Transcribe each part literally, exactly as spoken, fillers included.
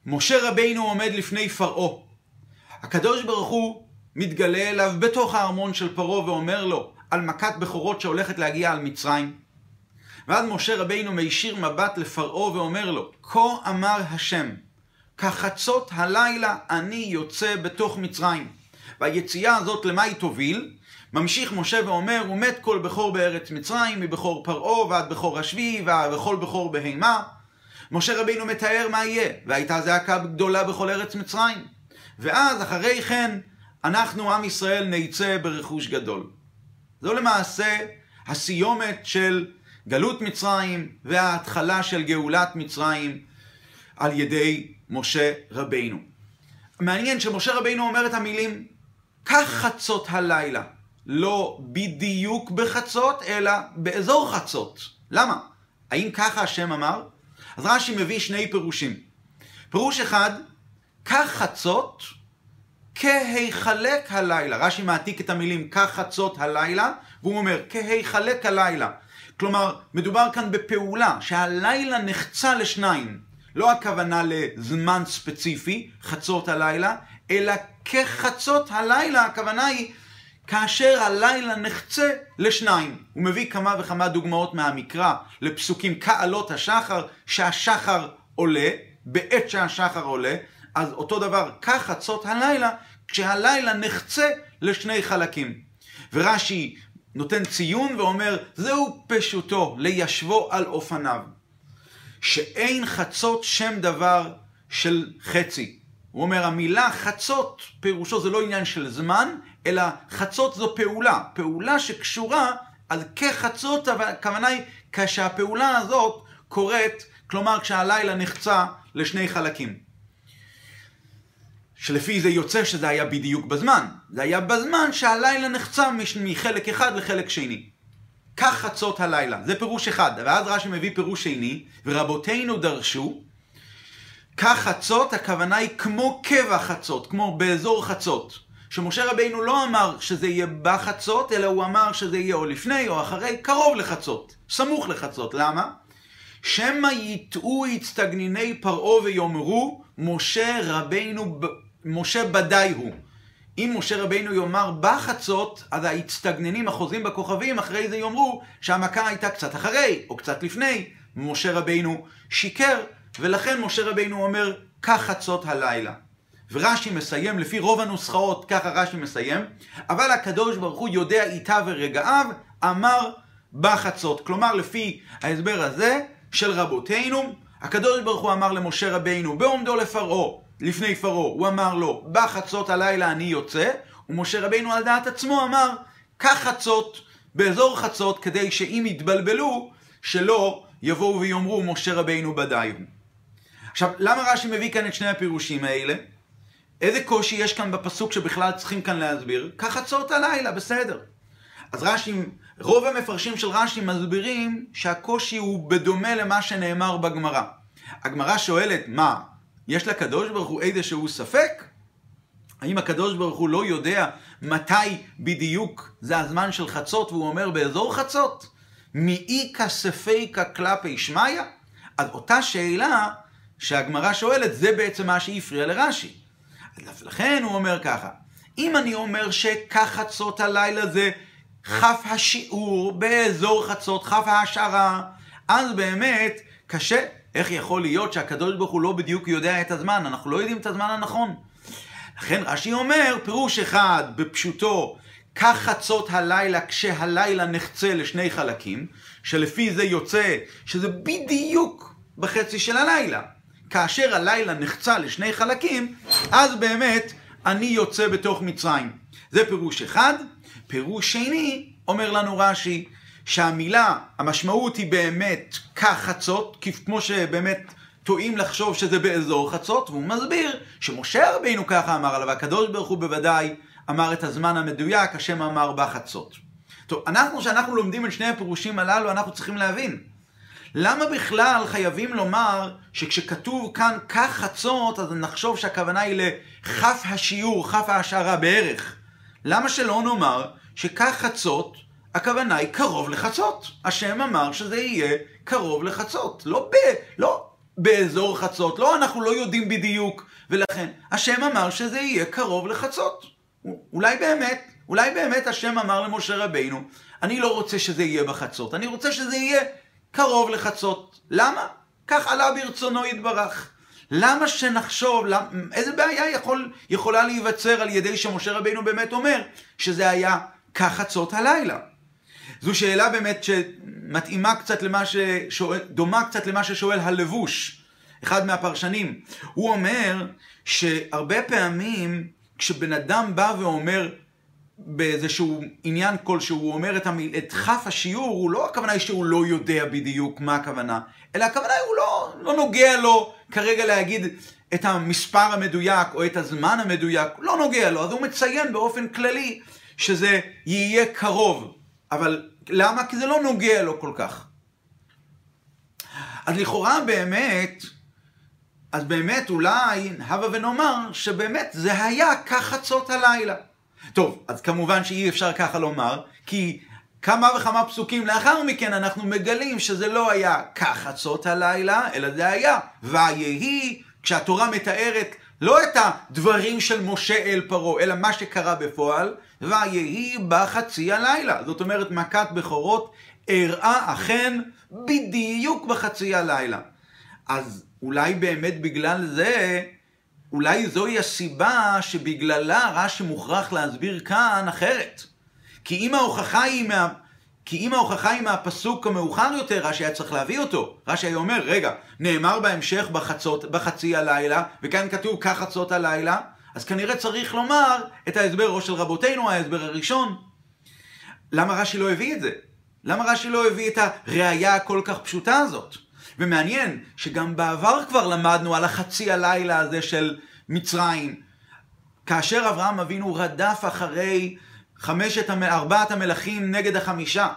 משה רבינו עומד לפני פרעה. הקדוש ברוך הוא מתגלה אליו בתוך הארמון של פרעה ואומר לו על מכת בכורות שהולכת להגיע על מצרים. ואז משה רבינו מישיר מבט לפרעה ואומר לו, כה אמר השם, כחצות הלילה אני יוצא בתוך מצרים. והיציאה הזאת למה היא תוביל? ממשיך משה ואומר, ומת כל בכור בארץ מצרים, מבכור פרעה ועד בכור השביעי וכל בכור בהמה. משה רבינו מתאר מה יהיה, והייתה זעקה גדולה בכל ארץ מצרים. ואז אחרי כן אנחנו עם ישראל נצא ברכוש גדול. זו למעשה הסיומת של גלות מצרים וההתחלה של גאולת מצרים על ידי משה רבינו. מעניין שמשה רבינו אומר את המילים כך חצות הלילה, לא בדיוק בחצות אלא באזור חצות. למה? האם ככה השם אמר? אז רש"י מביא שני פירושים. פירוש אחד, כך חצות כהיחלק הלילה. רש"י מעתיק את המילים כך חצות הלילה והוא אומר כהיחלק הלילה. כלומר, מדובר כאן בפעולה שהלילה נחצה לשניים. לא הכוונה לזמן ספציפי, חצות הלילה, אלא כחצות הלילה, הכוונה היא כאשר הלילה נחצה לשניים. הוא מביא כמה וכמה דוגמאות מהמקרא לפסוקים כעלות השחר, שהשחר עולה, בעת שהשחר עולה, אז אותו דבר, כחצות הלילה, כשהלילה נחצה לשני חלקים. ורש"י נותן ציון ואומר, זהו פשוטו לישבו על אופניו. שאין חצות שם דבר של חצי. הוא אומר, המילה חצות, פירושו זה לא עניין של זמן, אלא חצות זו פעולה. פעולה שקשורה, אז כחצות, הכוונה היא כשהפעולה הזאת קורית, כלומר כשהלילה נחצה לשני חלקים. שלפי זה יוצא שזה היה בדיוק בזמן. זה היה בזמן שהלילה נחצה מחלק אחד לחלק שני. כך חצות הלילה. זה פירוש אחד. ואז רש"י מביא פירוש שני, ורבותינו דרשו, כך חצות, הכוונה היא כמו קבע חצות, כמו באזור חצות. שמשה רבינו לא אמר שזה יהיה בחצות, אלא הוא אמר שזה יהיה או לפני או אחרי, קרוב לחצות, סמוך לחצות. למה? שמא יטעו יצטגניני פרעה ויאמרו, משה רבינו, משה בדי הוא. אם משה רבינו יאמר בחצות, אז ההצטגננים החוזים בכוכבים אחרי זה יאמרו שהמכה הייתה קצת אחרי או קצת לפני. משה רבינו שיקר, ולכן משה רבינו אומר כך חצות הלילה. ורש"י מסיים, לפי רוב הנוסחאות ככה רש"י מסיים, אבל הקדוש ברוך הוא יודע איתה ורגעיו, אמר בחצות. כלומר לפי ההסבר הזה של רבותינו, הקדוש ברוך הוא אמר למשה רבינו בעומדו לפרעה, לפני פרעה, הוא אמר לו בחצות הלילה אני יוצא, ומשה רבינו על דעת עצמו אמר כך חצות, באזור חצות, כדי שאם יתבלבלו שלא יבואו ויאמרו משה רבינו בדי הוא. עכשיו, למה רש"י מביא כאן את שני הפירושים האלה? איזה קושי יש כאן בפסוק שבכלל צריכים כאן להסביר? כך חצות הלילה, בסדר. אז רש"י, רוב המפרשים של רש"י מסבירים שהקושי הוא בדומה למה שנאמר בגמרא. הגמרא שואלת, מה? יש לקדוש ברוך הוא איזשהו ספק? האם הקדוש ברוך הוא לא יודע מתי בדיוק זה הזמן של חצות והוא אומר באזור חצות? מאיקה ספיקה כלפי שמיה? אז אותה שאלה שהגמרא שואלת, זה בעצם מה שהפריע לרש"י. אז לכן הוא אומר ככה, אם אני אומר שכך חצות הלילה זה חף השיעור באזור חצות, חף ההשערה, אז באמת קשה. איך יכול להיות שהקדוש ברוך הוא לא בדיוק יודע את הזמן? אנחנו לא יודעים את הזמן הנכון. לכן רש"י אומר, פירוש אחד בפשוטו, כך חצות הלילה כשהלילה נחצה לשני חלקים, שלפי זה יוצא שזה בדיוק בחצי של הלילה. כאשר הלילה נחצה לשני חלקים, אז באמת אני יוצא בתוך מצרים. זה פירוש אחד. פירוש שני, אומר לנו רש"י, שהמילה, המשמעות היא באמת כך חצות, כמו שבאמת טועים לחשוב שזה באזור חצות, והוא מסביר שמשה רבינו ככה אמר עליו, הקדוש ברוך הוא בוודאי אמר את הזמן המדויק, השם אמר בחצות. טוב, אנחנו, שאנחנו לומדים את שני הפירושים הללו, אנחנו צריכים להבין. למה בכלל חייבים לומר שכשכתוב כאן כך חצות, אז נחשוב שהכוונה היא לחף השיעור, חף ההשערה בערך? למה שלא נאמר שכך חצות, הכוונה היא קרוב לחצות? השם אמר שזה יהיה קרוב לחצות. לא ב... לא... באזור חצות. לא, אנחנו לא יודעים בדיוק, ולכן השם אמר שזה יהיה קרוב לחצות. אולי באמת, אולי באמת השם אמר למשה רבינו, אני לא רוצה שזה יהיה בחצות, אני רוצה שזה יהיה קרוב לחצות. למה? כך עלה ברצונו יתברך. למה שנחשוב, למה, איזה בעיה יכול, יכולה להיווצר על ידי שמשה רבינו באמת אומר שזה היה כחצות הלילה? זו שאלה באמת שמתאימה קצת למה ששואל, דומה קצת למה ששואל הלבוש, אחד מהפרשנים. הוא אומר שהרבה פעמים כשבן אדם בא ואומר באיזשהו עניין כלשהו, הוא אומר את, המיל, את חף השיעור, הוא לא הכוונה היא שהוא לא יודע בדיוק מה הכוונה, אלא הכוונה היא הוא לא, לא נוגע לו כרגע להגיד את המספר המדויק או את הזמן המדויק, לא נוגע לו, אז הוא מציין באופן כללי שזה יהיה קרוב. אבל למה? כי זה לא נוגע לו כל כך. אז לכאורה באמת, אז באמת אולי הווה ונאמר שבאמת זה היה כחצות הלילה. טוב, אז כמובן שאי אפשר ככה לומר, כי כמה וכמה פסוקים לאחר מכן אנחנו מגלים שזה לא היה כחצות הלילה, אלא זה היה ויהי, כשהתורה מתארת לא את הדברים של משה אל פרעה, אלא מה שקרה בפועל, ויהי בחצי הלילה. זאת אומרת, מכת בכורות אירעה אכן בדיוק בחצי הלילה. אז אולי באמת בגלל זה, אולי זוהי הסיבה שבגללה רש"י מוכרח להסביר כאן אחרת. כי אם ההוכחה היא מה... כי אם ההוכחה היא מהפסוק המאוחר יותר, רש"י היה צריך להביא אותו. רש"י היה אומר, רגע, נאמר בהמשך בחצות, בחצי הלילה, וכאן כתוב כחצות הלילה, אז כנראה צריך לומר את ההסבר או של רבותינו, ההסבר הראשון. למה רש"י לא הביא את זה? למה רש"י לא הביא את הראייה הכל כך פשוטה הזאת? ומעניין שגם בעבר כבר למדנו על החצי הלילה הזה של מצרים. כאשר אברהם אבינו רדף אחרי חמשת, ארבעת המלכים נגד החמישה.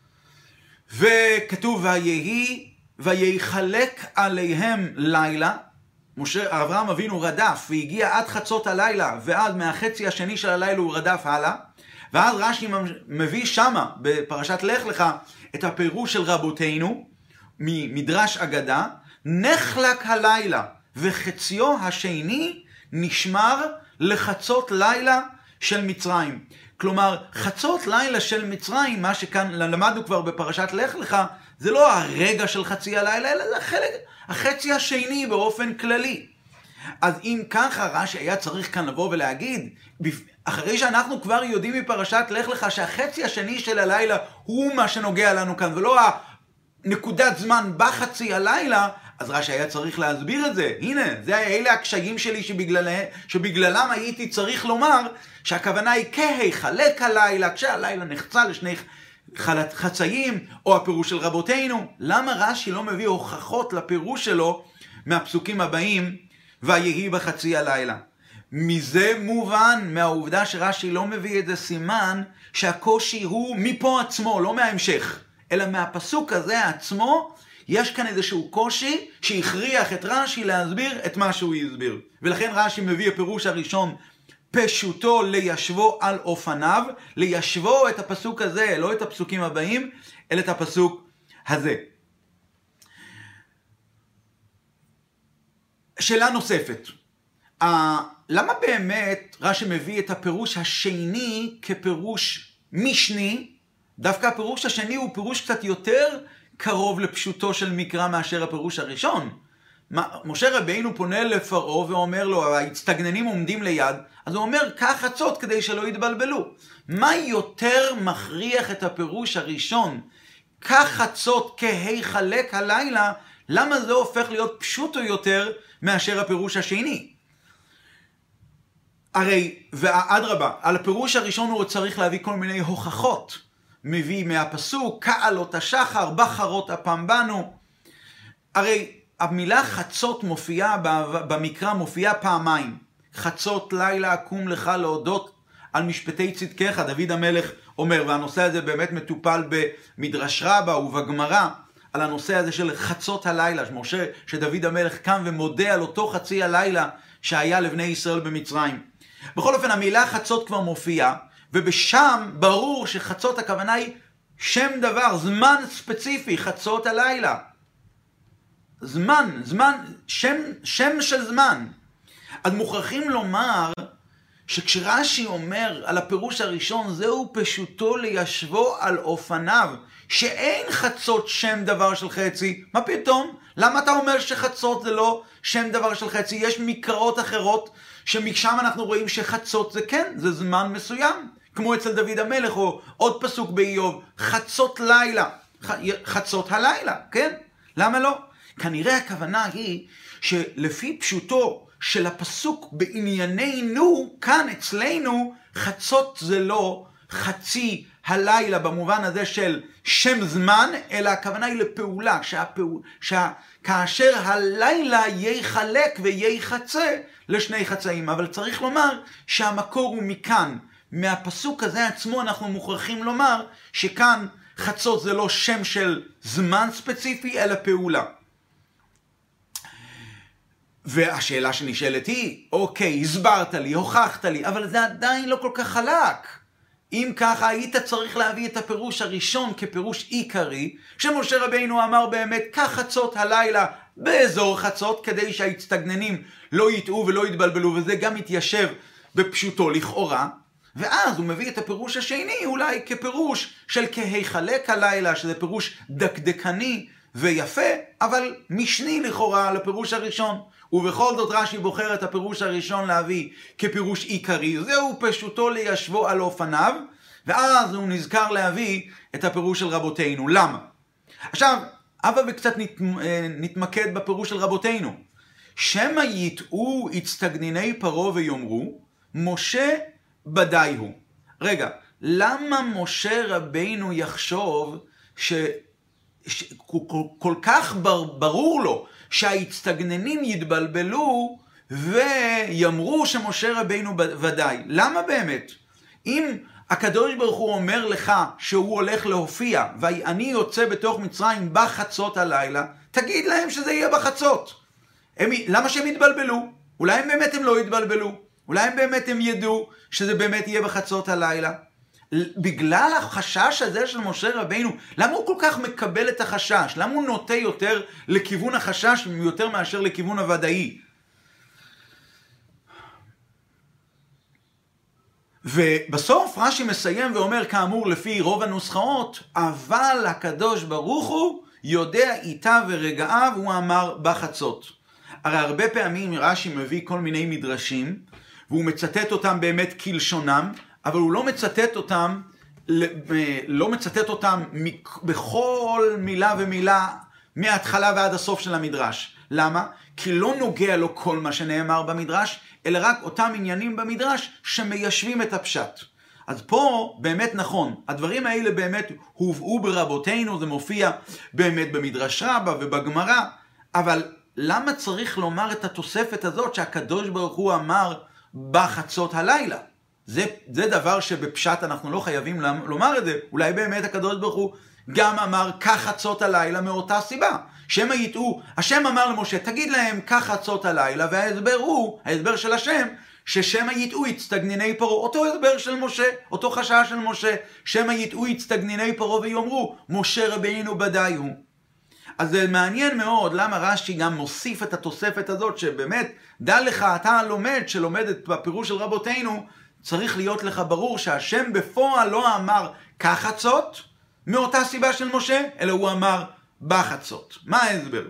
וכתוב ויהי, ויחלק עליהם לילה. משה, אברהם אבינו רדף והגיע עד חצות הלילה, ועד מהחצי השני של הלילה הוא רדף הלאה. ואז רש"י מביא שמה בפרשת לך לך את הפירוש של רבותינו, ממדרש אגדה, נחלק הלילה וחציו השני נשמר לחצות לילה של מצרים. כלומר, חצות לילה של מצרים, מה שכאן למדנו כבר בפרשת לך לך, זה לא הרגע של חצי הלילה, אלא זה החלק, החצי השני באופן כללי. אז אם ככה רש"י היה צריך כאן לבוא ולהגיד, אחרי שאנחנו כבר יודעים מפרשת לך לך שהחצי השני של הלילה הוא מה שנוגע לנו כאן, ולא הנקודת זמן בחצי הלילה, אז רש"י היה צריך להסביר את זה. הנה, זה אלה הקשיים שלי שבגללם, שבגללם הייתי צריך לומר שהכוונה היא כהיחלק הלילה, כשהלילה נחצה לשני חצאים, או הפירוש של רבותינו. למה רש"י לא מביא הוכחות לפירוש שלו מהפסוקים הבאים, ויהי בחצי הלילה? מזה מובן, מהעובדה שרש"י לא מביא את זה סימן, שהקושי הוא מפה עצמו, לא מההמשך, אלא מהפסוק הזה עצמו, יש כאן איזשהו קושי שהכריח את רש"י להסביר את מה שהוא יסביר. ולכן רש"י מביא הפירוש הראשון, פשוטו לישבו על אופניו, לישבו את הפסוק הזה, לא את הפסוקים הבאים, אלא את הפסוק הזה. שאלה נוספת. Uh, למה באמת רש"י מביא את הפירוש השני כפירוש משני? דווקא הפירוש השני הוא פירוש קצת יותר קרוב לפשוטו של מקרא מאשר הפירוש הראשון. משה רבינו פונה לפרעה ואומר לו, ההצטגננים עומדים ליד, אז הוא אומר, קח חצות כדי שלא יתבלבלו. מה יותר מכריח את הפירוש הראשון? קח חצות כהיחלק הלילה, למה זה הופך להיות פשוטו יותר מאשר הפירוש השני? הרי, ואדרבה, על הפירוש הראשון הוא צריך להביא כל מיני הוכחות. מביא מהפסוק, קעלות השחר, בחרות הפעם בנו. הרי המילה חצות מופיעה, במקרא מופיעה פעמיים. חצות לילה אקום לך להודות על משפטי צדקך, דוד המלך אומר, והנושא הזה באמת מטופל במדרש רבה ובגמרא, על הנושא הזה של חצות הלילה, שמשה, שדוד המלך קם ומודה על אותו חצי הלילה שהיה לבני ישראל במצרים. בכל אופן, המילה חצות כבר מופיעה, ובשם ברור שחצות הכוונה היא שם דבר, זמן ספציפי, חצות הלילה. זמן, זמן, שם, שם של זמן. אז מוכרחים לומר שכשרש"י אומר על הפירוש הראשון, זהו פשוטו ליישבו על אופניו, שאין חצות שם דבר של חצי. מה פתאום? למה אתה אומר שחצות זה לא שם דבר של חצי? יש מקראות אחרות שמשם אנחנו רואים שחצות זה כן, זה זמן מסוים. כמו אצל דוד המלך, או עוד פסוק באיוב, חצות לילה. חצות הלילה, כן? למה לא? כנראה הכוונה היא שלפי פשוטו של הפסוק בענייננו, כאן אצלנו, חצות זה לא חצי הלילה במובן הזה של שם זמן, אלא הכוונה היא לפעולה, שהפעול, שה, כאשר הלילה ייחלק וייחצה לשני חצאים. אבל צריך לומר שהמקור הוא מכאן. מהפסוק הזה עצמו אנחנו מוכרחים לומר שכאן חצות זה לא שם של זמן ספציפי, אלא פעולה. והשאלה שנשאלת היא, אוקיי, הסברת לי, הוכחת לי, אבל זה עדיין לא כל כך חלק. אם ככה, היית צריך להביא את הפירוש הראשון כפירוש עיקרי, שמשה רבינו אמר באמת, כך חצות הלילה באזור חצות, כדי שההצטגננים לא יטעו ולא יתבלבלו, וזה גם יתיישב בפשוטו לכאורה. ואז הוא מביא את הפירוש השני אולי כפירוש של כהיחלק הלילה, שזה פירוש דקדקני ויפה, אבל משני לכאורה לפירוש הראשון. ובכל זאת רש"י בוחר את הפירוש הראשון להביא כפירוש עיקרי, זהו פשוטו ליישבו על אופניו, ואז הוא נזכר להביא את הפירוש של רבותינו. למה? עכשיו, אבא וקצת נת, נתמקד בפירוש של רבותינו. שמא יטעו הצטגניני פרעה ויאמרו, משה בדי הוא. רגע, למה משה רבינו יחשוב ש... ש... כל, כל כך בר... ברור לו שההצטגננים יתבלבלו ויאמרו שמשה רבינו ודאי? למה באמת? אם הקדוש ברוך הוא אומר לך שהוא הולך להופיע ואני יוצא בתוך מצרים בחצות הלילה, תגיד להם שזה יהיה בחצות. הם... למה שהם יתבלבלו? אולי הם באמת הם לא יתבלבלו. אולי הם באמת הם ידעו שזה באמת יהיה בחצות הלילה. בגלל החשש הזה של משה רבינו, למה הוא כל כך מקבל את החשש? למה הוא נוטה יותר לכיוון החשש יותר מאשר לכיוון הוודאי? ובסוף רש"י מסיים ואומר כאמור לפי רוב הנוסחאות, אבל הקדוש ברוך הוא יודע איתה ורגעיו, הוא אמר בחצות. הרי הרבה פעמים רש"י מביא כל מיני מדרשים, והוא מצטט אותם באמת כלשונם, אבל הוא לא מצטט אותם, לא מצטט אותם בכל מילה ומילה מההתחלה ועד הסוף של המדרש. למה? כי לא נוגע לו כל מה שנאמר במדרש, אלא רק אותם עניינים במדרש שמיישבים את הפשט. אז פה באמת נכון, הדברים האלה באמת הובאו ברבותינו, זה מופיע באמת במדרש רבה ובגמרא, אבל למה צריך לומר את התוספת הזאת שהקדוש ברוך הוא אמר בחצות הלילה? זה, זה דבר שבפשט אנחנו לא חייבים לומר את זה. אולי באמת הקדוש ברוך הוא גם אמר כך חצות הלילה מאותה סיבה. שמא יטעו, השם אמר למשה, תגיד להם כך חצות הלילה, וההסבר הוא, ההסבר של השם, ששמא יטעו הצטגניני פרעה, אותו הסבר של משה, אותו חשש של משה, שמא יטעו הצטגניני פרעה ויאמרו, משה רבינו בדי הוא. אז זה מעניין מאוד למה רש"י גם מוסיף את התוספת הזאת, שבאמת, דע לך, אתה לומד, שלומד את הפירוש של רבותינו, צריך להיות לך ברור שהשם בפועל לא אמר כך חצות, מאותה סיבה של משה, אלא הוא אמר בחצות. מה ההסבר?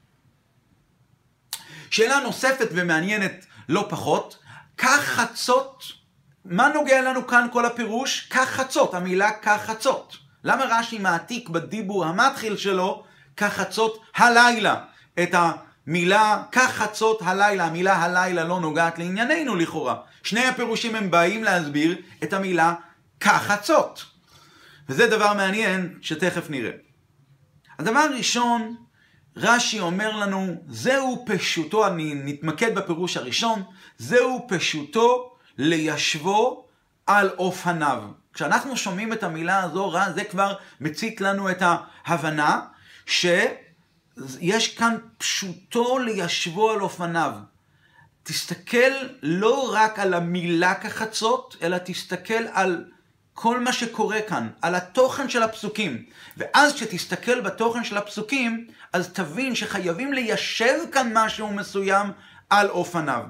שאלה נוספת ומעניינת לא פחות, כך חצות, מה נוגע לנו כאן כל הפירוש? כך חצות, המילה כך חצות. למה רש"י מעתיק בדיבור המתחיל שלו, כך חצות הלילה? את המילה כך חצות הלילה, המילה הלילה לא נוגעת לענייננו לכאורה. שני הפירושים הם באים להסביר את המילה כך חצות. וזה דבר מעניין שתכף נראה. הדבר הראשון, רש"י אומר לנו, זהו פשוטו, אני נתמקד בפירוש הראשון, זהו פשוטו ליישבו על אופניו. כשאנחנו שומעים את המילה הזו, זה כבר מציק לנו את ההבנה שיש כאן פשוטו ליישבו על אופניו. תסתכל לא רק על המילה כחצות, אלא תסתכל על כל מה שקורה כאן, על התוכן של הפסוקים. ואז כשתסתכל בתוכן של הפסוקים, אז תבין שחייבים ליישב כאן משהו מסוים על אופניו.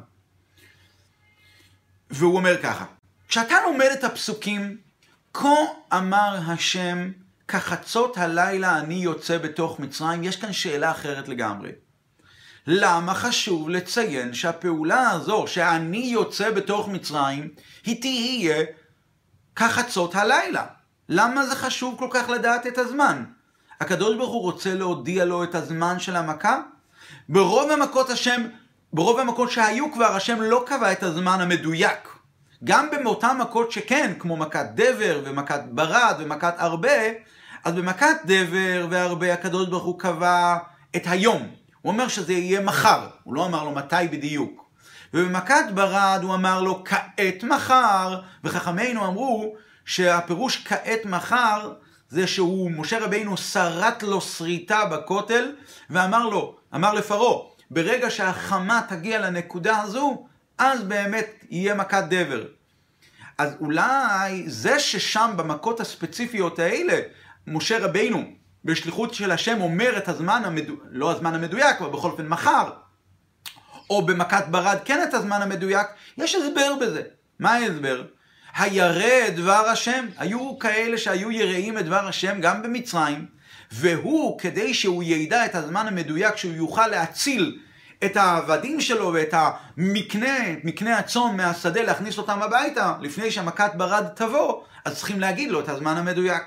והוא אומר ככה, כשאתה לומד את הפסוקים, כה אמר השם, כחצות הלילה אני יוצא בתוך מצרים, יש כאן שאלה אחרת לגמרי. למה חשוב לציין שהפעולה הזו, שאני יוצא בתוך מצרים, היא תהיה כחצות הלילה? למה זה חשוב כל כך לדעת את הזמן? הקדוש ברוך הוא רוצה להודיע לו את הזמן של המכה? ברוב המכות השם, ברוב המכות שהיו כבר, השם לא קבע את הזמן המדויק. גם באותן מכות שכן, כמו מכת דבר ומכת ברד ומכת הרבה, אז במכת דבר והרבה הקדוש ברוך הוא קבע את היום. הוא אומר שזה יהיה מחר, הוא לא אמר לו מתי בדיוק. ובמכת ברד הוא אמר לו כעת מחר, וחכמינו אמרו שהפירוש כעת מחר זה שהוא, משה רבינו שרט לו שריטה בכותל, ואמר לו, אמר לפרעה, ברגע שהחמה תגיע לנקודה הזו, אז באמת יהיה מכת דבר. אז אולי זה ששם במכות הספציפיות האלה, משה רבינו בשליחות של השם אומר את הזמן המדויק, לא הזמן המדויק, אבל בכל אופן מחר, או במכת ברד כן את הזמן המדויק, יש הסבר בזה. מה ההסבר? הירא דבר השם, היו כאלה שהיו יראים את דבר השם גם במצרים, והוא כדי שהוא ידע את הזמן המדויק, שהוא יוכל להציל את העבדים שלו ואת המקנה, מקנה הצאן מהשדה, להכניס אותם הביתה, לפני שהמכת ברד תבוא, אז צריכים להגיד לו את הזמן המדויק.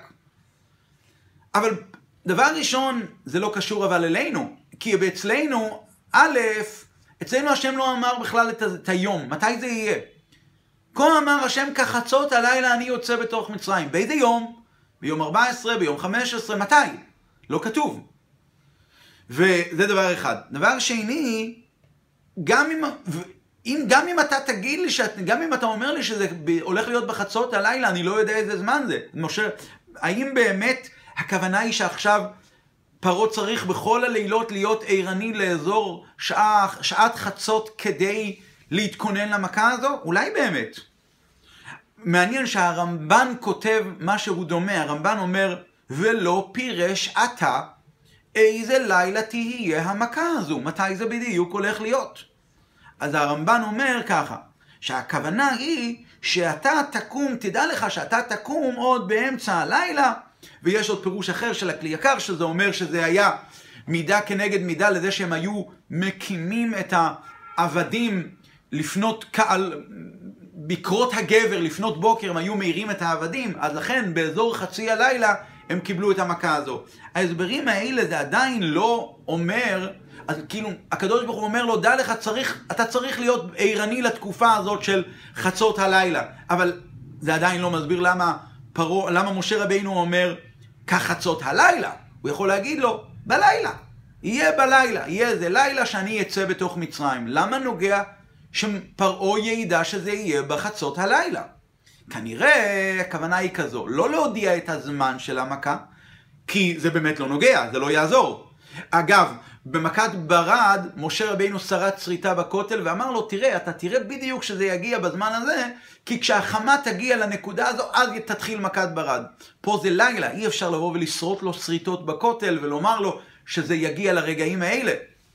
אבל דבר ראשון, זה לא קשור אבל אלינו, כי אצלנו, א', אצלנו השם לא אמר בכלל את, את היום, מתי זה יהיה? כה אמר השם כחצות הלילה אני יוצא בתוך מצרים. באיזה יום? ביום ארבע עשרה, ביום חמש עשרה, מתי? לא כתוב. וזה דבר אחד. דבר שני, גם אם, אם, גם אם אתה תגיד לי, שאת, גם אם אתה אומר לי שזה הולך להיות בחצות הלילה, אני לא יודע איזה זמן זה. משה, האם באמת הכוונה היא שעכשיו פרעה צריך בכל הלילות להיות עירני לאזור שעה, שעת חצות כדי להתכונן למכה הזו? אולי באמת. מעניין שהרמב"ן כותב משהו דומה. הרמב"ן אומר, ולא פירש אתה איזה לילה תהיה המכה הזו, מתי זה בדיוק הולך להיות. אז הרמב"ן אומר ככה, שהכוונה היא שאתה תקום, תדע לך שאתה תקום עוד באמצע הלילה, ויש עוד פירוש אחר של הכלי יקר, שזה אומר שזה היה מידה כנגד מידה לזה שהם היו מקימים את העבדים לפנות קהל, בקרות הגבר, לפנות בוקר הם היו מאירים את העבדים, אז לכן באזור חצי הלילה הם קיבלו את המכה הזו. ההסברים האלה זה עדיין לא אומר, אז כאילו הקדוש ברוך הוא אומר לו, דע לך, צריך, אתה צריך להיות עירני לתקופה הזאת של חצות הלילה. אבל זה עדיין לא מסביר למה, פרו, למה משה רבינו אומר כחצות הלילה. הוא יכול להגיד לו, בלילה. יהיה בלילה, יהיה איזה לילה שאני אצא בתוך מצרים. למה נוגע שפרעה ידע שזה יהיה בחצות הלילה? כנראה הכוונה היא כזו, לא להודיע את הזמן של המכה, כי זה באמת לא נוגע, זה לא יעזור. אגב, במכת ברד, משה רבינו שרט שריטה בכותל ואמר לו, תראה, אתה תראה בדיוק שזה יגיע בזמן הזה, כי כשהחמה תגיע לנקודה הזו, אז תתחיל מכת ברד. פה זה לילה, אי אפשר לבוא ולשרוט לו שריטות בכותל ולומר לו שזה יגיע לרגעים האלה.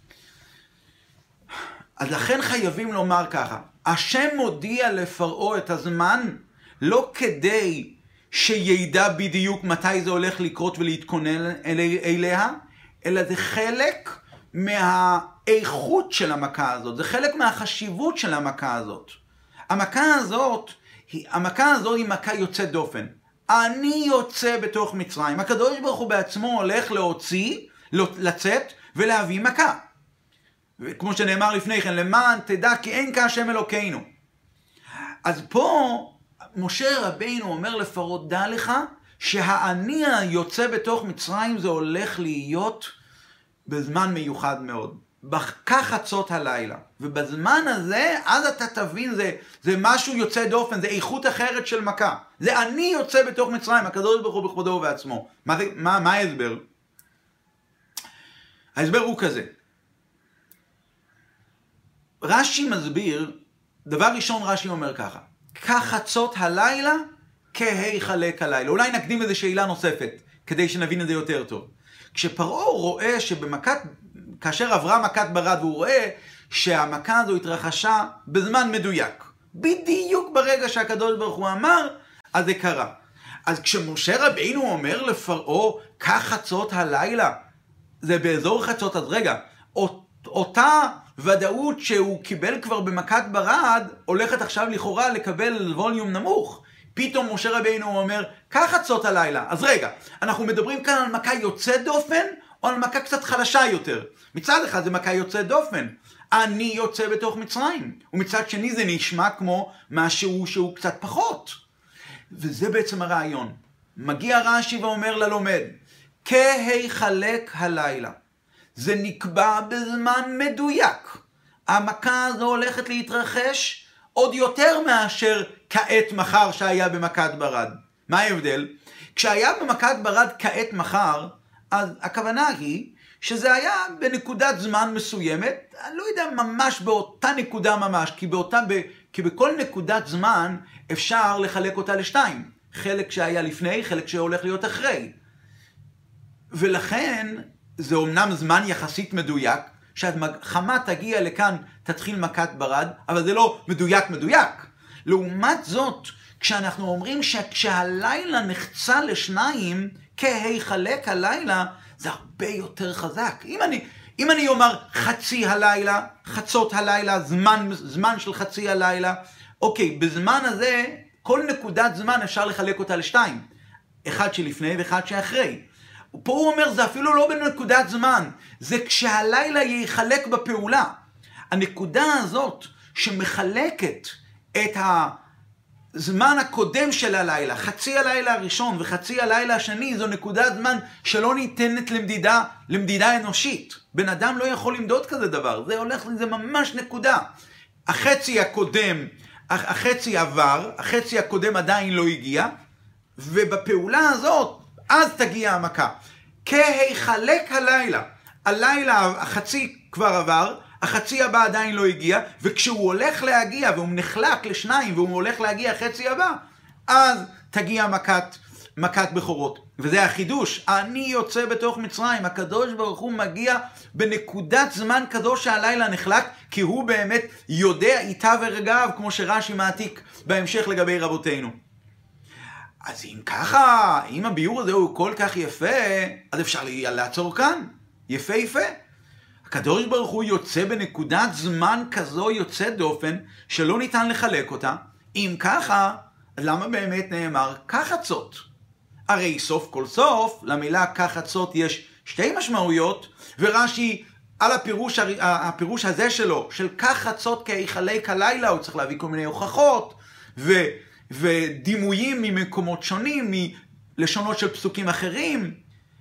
אז לכן חייבים לומר ככה, השם מודיע לפרעה את הזמן, לא כדי שידע בדיוק מתי זה הולך לקרות ולהתכונן אליה, אלא זה חלק מהאיכות של המכה הזאת, זה חלק מהחשיבות של המכה הזאת. המכה הזאת, המכה הזאת היא מכה יוצאת דופן. אני יוצא בתוך מצרים, הקדוש ברוך הוא בעצמו הולך להוציא, לצאת ולהביא מכה. כמו שנאמר לפני כן, למען תדע כי אין כהשם אלוקינו. אז פה משה רבינו אומר לפרעה, דע לך שהאני היוצא בתוך מצרים זה הולך להיות בזמן מיוחד מאוד. כחצות הלילה. ובזמן הזה, אז אתה תבין, זה, זה משהו יוצא דופן, זה איכות אחרת של מכה. זה אני יוצא בתוך מצרים, הקדוש ברוך הוא בכבודו ובעצמו. מה, זה, מה, מה ההסבר? ההסבר הוא כזה. רש"י מסביר, דבר ראשון רש"י אומר ככה, כחצות הלילה כהיחלק הלילה. אולי נקדים איזו שאלה נוספת, כדי שנבין את זה יותר טוב. כשפרעה רואה שבמכת, כאשר עברה מכת ברד, והוא רואה שהמכה הזו התרחשה בזמן מדויק. בדיוק ברגע שהקדוש ברוך הוא אמר, אז זה קרה. אז כשמשה רבינו אומר לפרעה, כך חצות הלילה, זה באזור חצות, אז רגע, אותה ודאות שהוא קיבל כבר במכת ברד, הולכת עכשיו לכאורה לקבל ווליום נמוך. פתאום משה רבינו אומר, כך חצות הלילה. אז רגע, אנחנו מדברים כאן על מכה יוצאת דופן, או על מכה קצת חלשה יותר. מצד אחד זה מכה יוצאת דופן. אני יוצא בתוך מצרים. ומצד שני זה נשמע כמו משהו שהוא קצת פחות. וזה בעצם הרעיון. מגיע רש"י ואומר ללומד, כהיחלק הלילה. זה נקבע בזמן מדויק. המכה הזו הולכת להתרחש עוד יותר מאשר כעת מחר שהיה במכת ברד. מה ההבדל? כשהיה במכת ברד כעת מחר, אז הכוונה היא שזה היה בנקודת זמן מסוימת, אני לא יודע ממש באותה נקודה ממש, כי, באותה, ב, כי בכל נקודת זמן אפשר לחלק אותה לשתיים. חלק שהיה לפני, חלק שהולך להיות אחרי. ולכן זה אומנם זמן יחסית מדויק, שהחמה תגיע לכאן, תתחיל מכת ברד, אבל זה לא מדויק מדויק. לעומת זאת, כשאנחנו אומרים שכשהלילה נחצה לשניים, כהיחלק הלילה, זה הרבה יותר חזק. אם אני, אם אני אומר חצי הלילה, חצות הלילה, זמן, זמן של חצי הלילה, אוקיי, בזמן הזה, כל נקודת זמן אפשר לחלק אותה לשתיים. אחד שלפני ואחד שאחרי. פה הוא אומר, זה אפילו לא בנקודת זמן, זה כשהלילה ייחלק בפעולה. הנקודה הזאת שמחלקת את הזמן הקודם של הלילה, חצי הלילה הראשון וחצי הלילה השני, זו נקודת זמן שלא ניתנת למדידה, למדידה אנושית. בן אדם לא יכול למדוד כזה דבר, זה הולך, זה ממש נקודה. החצי הקודם, החצי עבר, החצי הקודם עדיין לא הגיע, ובפעולה הזאת, אז תגיע המכה. כהיחלק הלילה. הלילה, החצי כבר עבר, החצי הבא עדיין לא הגיע, וכשהוא הולך להגיע, והוא נחלק לשניים, והוא הולך להגיע החצי הבא, אז תגיע מכת, מכת בכורות. וזה החידוש. אני יוצא בתוך מצרים, הקדוש ברוך הוא מגיע בנקודת זמן כזו שהלילה נחלק, כי הוא באמת יודע איתה ורגעיו, כמו שרש"י מעתיק בהמשך לגבי רבותינו. אז אם ככה, אם הביור הזה הוא כל כך יפה, אז אפשר לעצור כאן. יפה יפה. הקדוש ברוך הוא יוצא בנקודת זמן כזו יוצא דופן, שלא ניתן לחלק אותה. אם ככה, למה באמת נאמר כחצות? הרי סוף כל סוף, למילה כחצות יש שתי משמעויות, ורש"י על הפירוש, הפירוש הזה שלו, של כחצות כהיחלק הלילה, הוא צריך להביא כל מיני הוכחות, ו... ודימויים ממקומות שונים, מלשונות של פסוקים אחרים.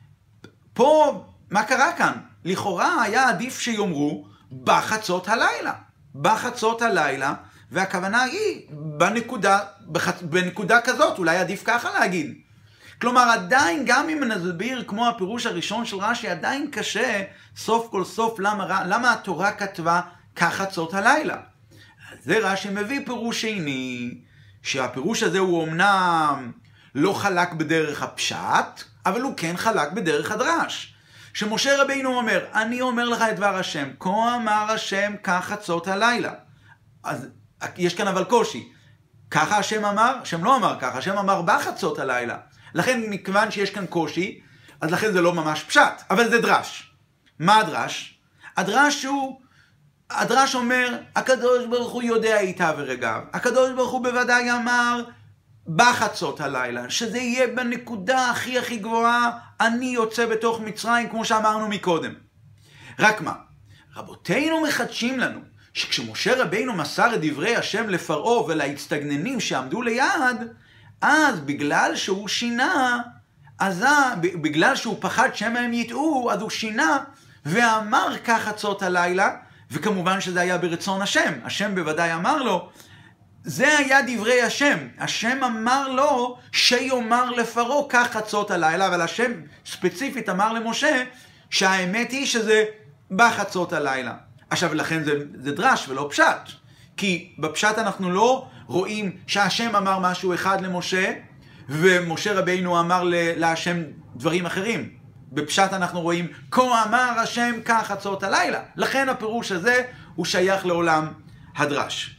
פה, מה קרה כאן? לכאורה היה עדיף שיאמרו בחצות הלילה. בחצות הלילה, והכוונה היא בנקודה, בחצ... בנקודה כזאת, אולי עדיף ככה להגיד. כלומר, עדיין, גם אם נסביר כמו הפירוש הראשון של רש"י, עדיין קשה סוף כל סוף למה, למה התורה כתבה כחצות הלילה. זה רש"י מביא פירוש שני, שהפירוש הזה הוא אומנם לא חלק בדרך הפשט, אבל הוא כן חלק בדרך הדרש. שמשה רבינו אומר, אני אומר לך את דבר השם, כה אמר השם כך חצות הלילה. אז יש כאן אבל קושי. ככה השם אמר? השם לא אמר ככה, השם אמר בחצות הלילה. לכן מכיוון שיש כאן קושי, אז לכן זה לא ממש פשט, אבל זה דרש. מה הדרש? הדרש הוא, הדרש אומר, הקדוש ברוך הוא יודע איתה ורגעיו. הקדוש ברוך הוא בוודאי אמר בחצות הלילה, שזה יהיה בנקודה הכי הכי גבוהה, אני יוצא בתוך מצרים, כמו שאמרנו מקודם. רק מה? רבותינו מחדשים לנו, שכשמשה רבינו מסר את דברי השם לפרעה ולהצטגננים שעמדו ליד, אז בגלל שהוא שינה, אז בגלל שהוא פחד שמא הם יטעו, אז הוא שינה ואמר כך חצות הלילה, וכמובן שזה היה ברצון השם. השם בוודאי אמר לו, זה היה דברי השם. השם אמר לו שיאמר לפרעה כך חצות הלילה, אבל השם ספציפית אמר למשה שהאמת היא שזה בחצות הלילה. עכשיו לכן זה, זה דרש ולא פשט. כי בפשט אנחנו לא רואים שהשם אמר משהו אחד למשה, ומשה רבינו אמר להשם דברים אחרים. בפשט אנחנו רואים, כה אמר השם כך חצות הלילה. לכן הפירוש הזה הוא שייך לעולם הדרש.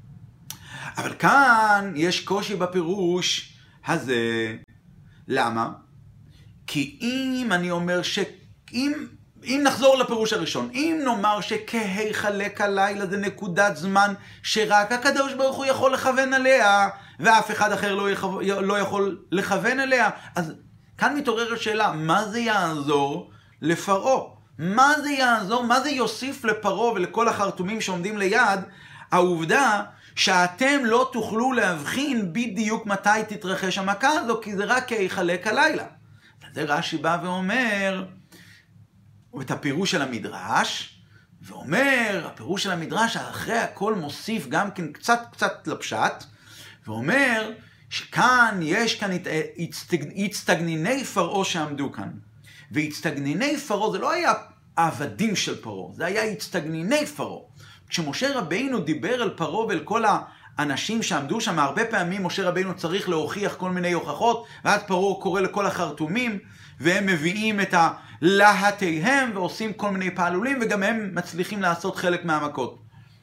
אבל כאן יש קושי בפירוש הזה. למה? כי אם אני אומר ש... אם, אם נחזור לפירוש הראשון, אם נאמר שכהיחלק הלילה זה נקודת זמן שרק הקדוש ברוך הוא יכול לכוון עליה, ואף אחד אחר לא, יחו... לא יכול לכוון עליה, אז כאן מתעוררת השאלה, מה זה יעזור לפרעה? מה זה יעזור? מה זה יוסיף לפרעה ולכל החרטומים שעומדים ליד? העובדה שאתם לא תוכלו להבחין בדיוק מתי תתרחש המכה הזו, כי זה רק כהיחלק הלילה. זה רש"י בא ואומר, את הפירוש של המדרש, ואומר, הפירוש של המדרש אחרי הכל מוסיף גם כן קצת קצת לפשט, ואומר שכאן יש כאן הצטגניני פרעה שעמדו כאן. והצטגניני פרעה זה לא היה עבדים של פרעה, זה היה הצטגניני פרעה. כשמשה רבינו דיבר אל פרעה ואל כל האנשים שעמדו שם, הרבה פעמים משה רבינו צריך להוכיח כל מיני הוכחות, ואז פרעה קורא לכל החרטומים, והם מביאים את הלהטיהם ועושים כל מיני פעלולים, וגם הם מצליחים לעשות חלק מהמכות.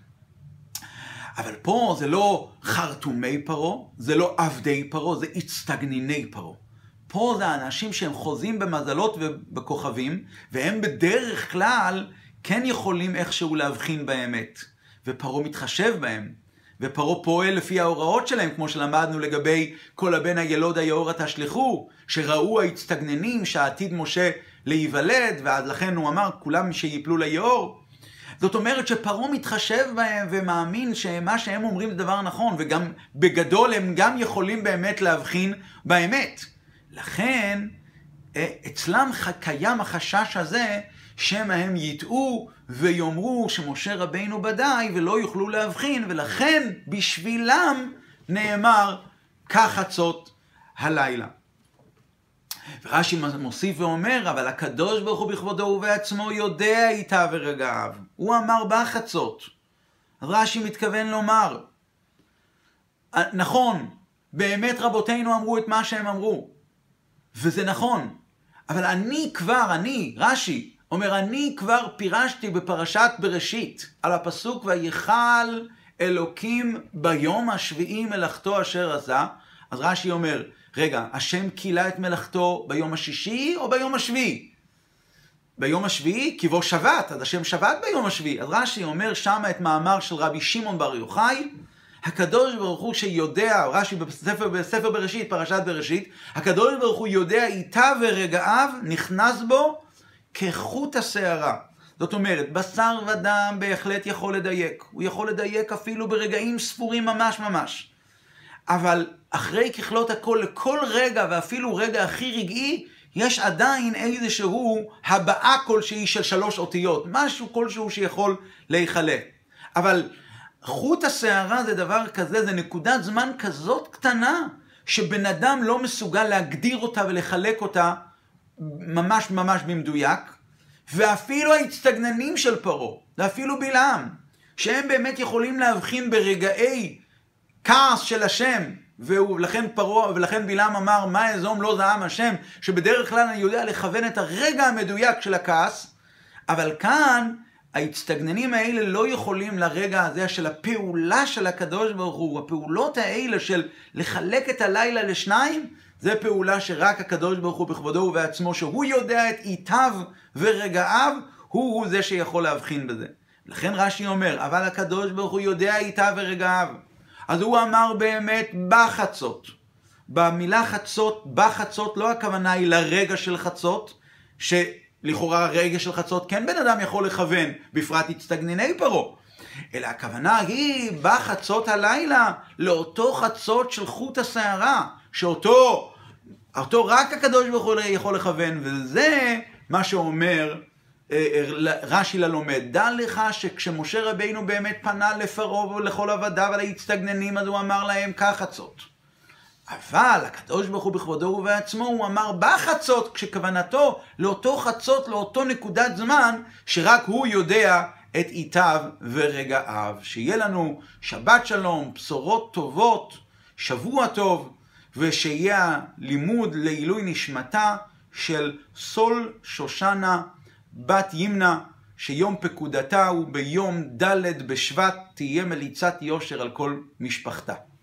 אבל פה זה לא חרטומי פרעה, זה לא עבדי פרעה, זה הצטגניני פרעה. פה זה האנשים שהם חוזים במזלות ובכוכבים, והם בדרך כלל כן יכולים איכשהו להבחין באמת. ופרעה מתחשב בהם. ופרעה פועל לפי ההוראות שלהם, כמו שלמדנו לגבי כל הבן הילוד היאורה תשליכו, שראו ההצטגננים שעתיד משה להיוולד, ואז לכן הוא אמר כולם שיפלו ליאור. זאת אומרת שפרעה מתחשב בהם ומאמין שמה שהם אומרים זה דבר נכון, וגם בגדול הם גם יכולים באמת להבחין באמת. לכן אצלם קיים החשש הזה שמא הם יטעו ויאמרו שמשה רבינו בדאי ולא יוכלו להבחין, ולכן בשבילם נאמר כחצות הלילה. ורש"י מוסיף ואומר, אבל הקדוש ברוך הוא בכבודו ובעצמו יודע איתה ורגעיו. הוא אמר בחצות. אז רש"י מתכוון לומר, נכון, באמת רבותינו אמרו את מה שהם אמרו, וזה נכון, אבל אני כבר, אני, רש"י, אומר, אני כבר פירשתי בפרשת בראשית על הפסוק ויכל אלוקים ביום השביעי מלאכתו אשר עשה. אז רש"י אומר, רגע, השם קילה את מלאכתו ביום השישי או ביום השביעי? ביום השביעי, כי בו שבת, אז השם שבת ביום השביעי. אז רש"י אומר שם את מאמר של רבי שמעון בר יוחאי, הקדוש ברוך הוא שיודע, רש"י בספר, בספר בראשית, פרשת בראשית, הקדוש ברוך הוא יודע איתה ורגעיו, נכנס בו כחוט השערה. זאת אומרת, בשר ודם בהחלט יכול לדייק. הוא יכול לדייק אפילו ברגעים ספורים ממש ממש. אבל אחרי ככלות הכל, לכל רגע ואפילו רגע הכי רגעי, יש עדיין איזשהו הבעה כלשהי של שלוש אותיות. משהו כלשהו שיכול להיחלק. אבל חוט השערה זה דבר כזה, זה נקודת זמן כזאת קטנה, שבן אדם לא מסוגל להגדיר אותה ולחלק אותה ממש ממש במדויק. ואפילו ההצטגננים של פרעה, ואפילו בלעם, שהם באמת יכולים להבחין ברגעי כעס של השם, ולכן פרעה, ולכן בלעם אמר, מה יזום לא זעם השם, שבדרך כלל אני יודע לכוון את הרגע המדויק של הכעס, אבל כאן ההצטגננים האלה לא יכולים לרגע הזה של הפעולה של הקדוש ברוך הוא, הפעולות האלה של לחלק את הלילה לשניים, זה פעולה שרק הקדוש ברוך הוא בכבודו ובעצמו, שהוא יודע את עיתיו ורגעיו, הוא הוא זה שיכול להבחין בזה. לכן רש"י אומר, אבל הקדוש ברוך הוא יודע עיתיו ורגעיו. אז הוא אמר באמת בחצות. במילה חצות, בחצות, לא הכוונה היא לרגע של חצות, שלכאורה הרגע של חצות כן בן אדם יכול לכוון, בפרט הצטגניני פרעה. אלא הכוונה היא בחצות הלילה, לאותו חצות של חוט השערה, שאותו אותו רק הקדוש ברוך הוא יכול לכוון, וזה מה שאומר רש"י ללומד. דע לך שכשמשה רבינו באמת פנה לפרעה ולכל עבדיו על ההצטגננים, אז הוא אמר להם כחצות. אבל הקדוש ברוך הוא בכבודו ובעצמו, הוא אמר בחצות, כשכוונתו לאותו חצות, לאותו נקודת זמן, שרק הוא יודע את עיתיו ורגעיו. שיהיה לנו שבת שלום, בשורות טובות, שבוע טוב, ושיהיה לימוד לעילוי נשמתה של סול שושנה בת ימנה, שיום פקודתה הוא ביום ד' בשבט, תהיה מליצת יושר על כל משפחתה.